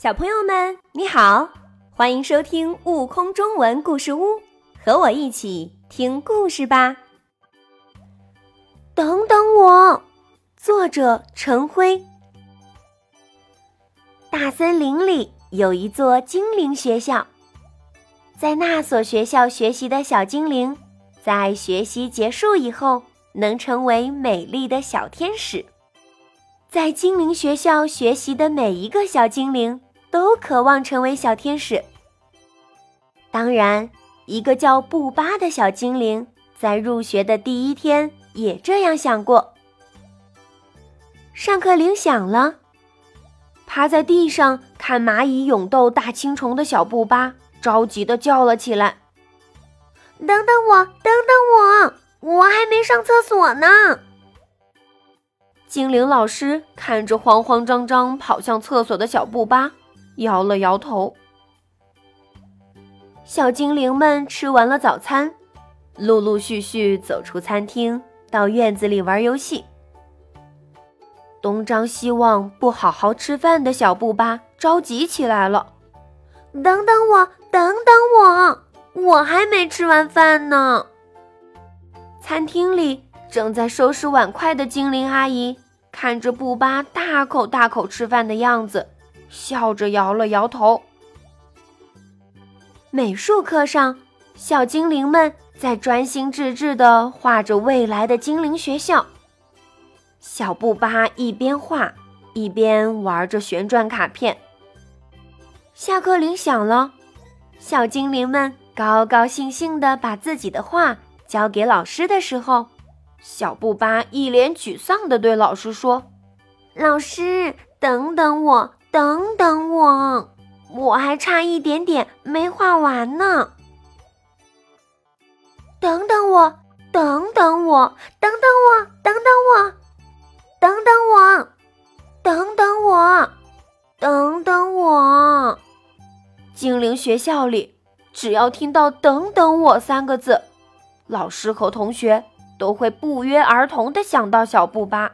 小朋友们，你好，欢迎收听悟空中文故事屋，和我一起听故事吧。等等我，作者陈辉。大森林里有一座精灵学校，在那所学校学习的小精灵，在学习结束以后，能成为美丽的小天使。在精灵学校学习的每一个小精灵都渴望成为小天使。当然，一个叫布巴的小精灵在入学的第一天也这样想过。上课铃响了，趴在地上看蚂蚁勇斗大青虫的小布巴着急地叫了起来：等等我，等等我，我还没上厕所呢。精灵老师看着慌慌张张跑向厕所的小布巴，摇了摇头。小精灵们吃完了早餐，陆陆续续走出餐厅，到院子里玩游戏。东张西望不好好吃饭的小布巴着急起来了：等等我，等等我，我还没吃完饭呢。餐厅里正在收拾碗筷的精灵阿姨看着布巴大口大口吃饭的样子，笑着摇了摇头。美术课上，小精灵们在专心致志地画着未来的精灵学校。小布巴一边画，一边玩着旋转卡片。下课铃响了，小精灵们高高兴兴地把自己的画交给老师的时候，小布巴一脸沮丧地对老师说：老师，等等我，等等我，我还差一点点没画完呢。等等我，等等我，等等我，等等我，等等我，等等我，等等我。精灵学校里，只要听到等等我3个字，老师和同学都会不约而同地想到小布巴。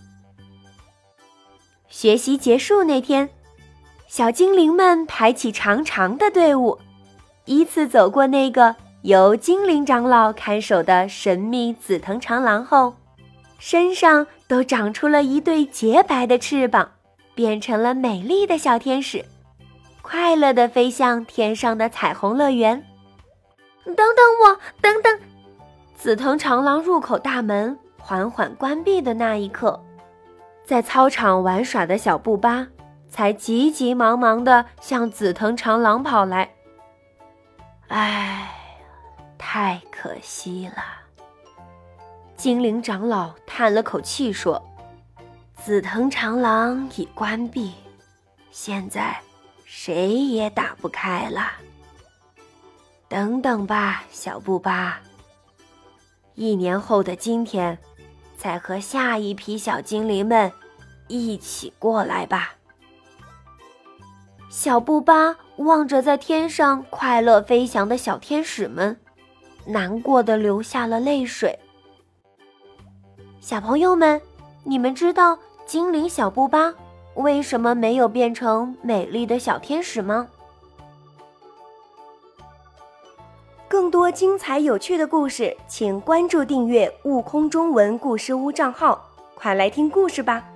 学习结束那天，小精灵们排起长长的队伍，依次走过那个由精灵长老看守的神秘紫藤长廊后，身上都长出了一对洁白的翅膀，变成了美丽的小天使，快乐地飞向天上的彩虹乐园。等等我，等等！紫藤长廊入口大门缓缓关闭的那一刻，在操场玩耍的小布巴才急急忙忙地向紫藤长廊跑来。唉，太可惜了。精灵长老叹了口气说：紫藤长廊已关闭，现在谁也打不开了。等等吧，小布巴，1年后的今天，再和下一批小精灵们一起过来吧。小布巴望着在天上快乐飞翔的小天使们，难过地流下了泪水。小朋友们，你们知道精灵小布巴为什么没有变成美丽的小天使吗？更多精彩有趣的故事，请关注订阅悟空中文故事屋账号，快来听故事吧。